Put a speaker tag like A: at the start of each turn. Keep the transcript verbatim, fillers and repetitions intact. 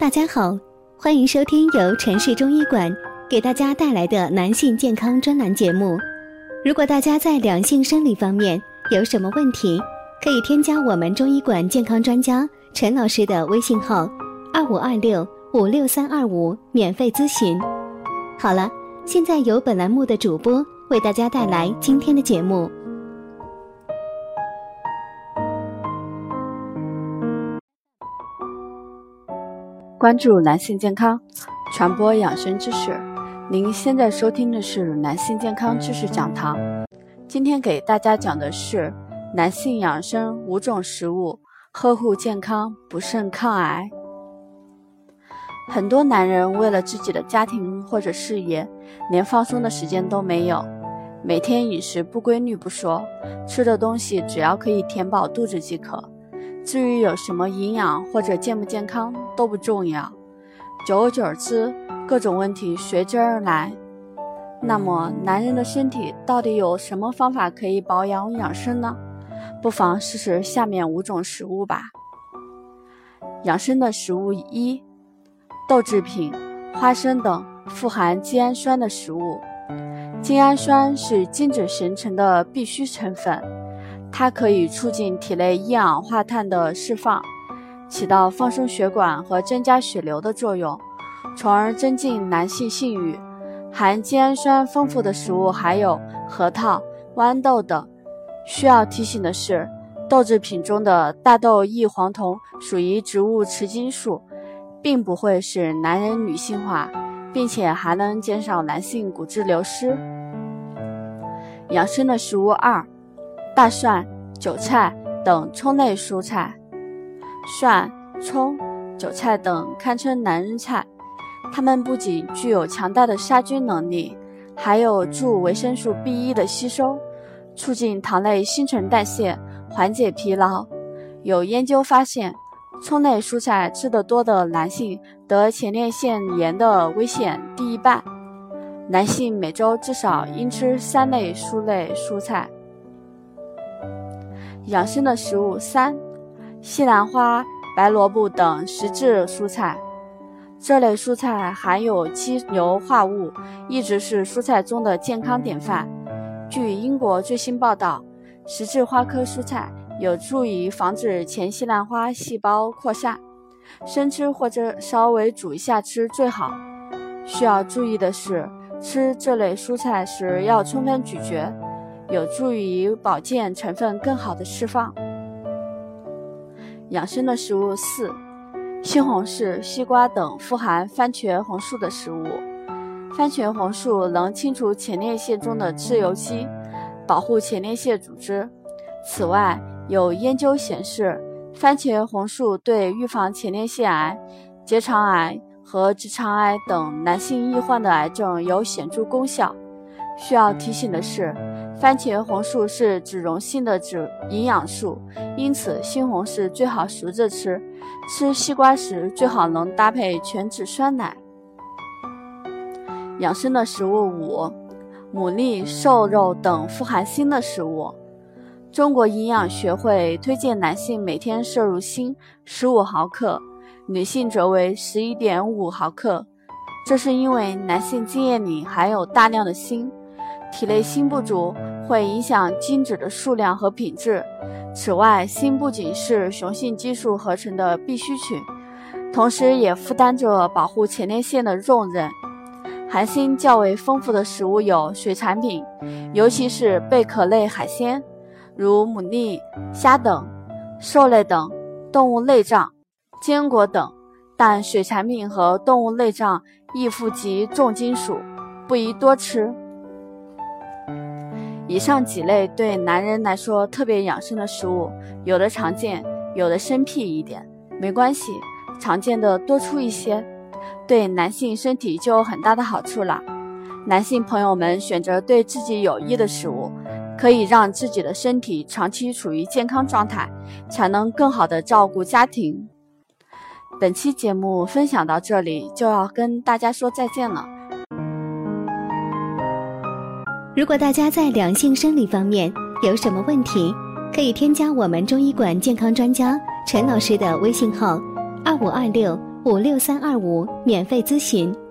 A: 大家好，欢迎收听由城市中医馆给大家带来的男性健康专栏节目。如果大家在两性生理方面有什么问题，可以添加我们中医馆健康专家陈老师的微信号二五二六五六三二五免费咨询。好了，现在由本栏目的主播为大家带来今天的节目。
B: 关注男性健康，传播养生知识。您现在收听的是男性健康知识讲堂。今天给大家讲的是男性养生五种食物，呵护健康，不慎抗癌。很多男人为了自己的家庭或者事业，连放松的时间都没有，每天饮食不规律不说，吃的东西只要可以填饱肚子即可。至于有什么营养或者健不健康都不重要，久而久之，各种问题随之而来。那么，男人的身体到底有什么方法可以保养养生呢？不妨试试下面五种食物吧。养生的食物一：豆制品、花生等富含精氨酸的食物。精氨酸是精子形成的必需成分，它可以促进体内一氧化碳的释放，起到放松血管和增加血流的作用，从而增进男性性欲。含精氨酸丰富的食物还有核桃、豌豆等。需要提醒的是，豆制品中的大豆异黄酮属于植物雌激素，并不会使男人女性化，并且还能减少男性骨质流失。养生的食物二：大蒜、韭菜等葱类蔬菜。蒜、葱、韭菜等堪称男人菜，它们不仅具有强大的杀菌能力，还有助维生素 B 一 的吸收，促进糖类新陈代谢，缓解疲劳。有研究发现，葱类蔬菜吃得多的男性得前列腺炎的危险低一半。男性每周至少应吃三类蔬类蔬菜。养生的食物三：西兰花、白萝卜等实质蔬菜。这类蔬菜含有基硫化物，一直是蔬菜中的健康典范。据英国最新报道，十字花科蔬菜有助于防止前西兰花细胞扩散，生吃或者稍微煮一下吃最好。需要注意的是，吃这类蔬菜时要充分咀嚼，有助于保健成分更好的释放。养生的食物四：西红柿、西瓜等富含番茄红素的食物。番茄红素能清除前列腺中的自由基，保护前列腺组织。此外，有研究显示，番茄红素对预防前列腺癌、结肠癌和直肠癌等男性易患的癌症有显著功效。需要提醒的是，番茄红素是脂溶性的脂营养素，因此西红柿最好熟着吃，吃西瓜时最好能搭配全脂酸奶。养生的食物五：牡蛎、瘦肉等富含锌的食物。中国营养学会推荐男性每天摄入锌十五毫克，女性则为 十一点五毫克。这是因为男性精液里含有大量的锌，体内锌不足会影响精子的数量和品质。此外，锌不仅是雄性激素合成的必需品，同时也负担着保护前列腺的重任。含锌较为丰富的食物有水产品，尤其是贝壳类海鲜，如牡蛎、虾等；兽类等动物内脏、坚果等，但水产品和动物内脏易富集重金属，不宜多吃。以上几类对男人来说特别养生的食物，有的常见，有的生僻一点，没关系，常见的多出一些，对男性身体就有很大的好处了。男性朋友们选择对自己有益的食物，可以让自己的身体长期处于健康状态，才能更好地照顾家庭。本期节目分享到这里，就要跟大家说再见了。
A: 如果大家在两性生理方面有什么问题，可以添加我们中医馆健康专家陈老师的微信号二五二六五六三二五免费咨询。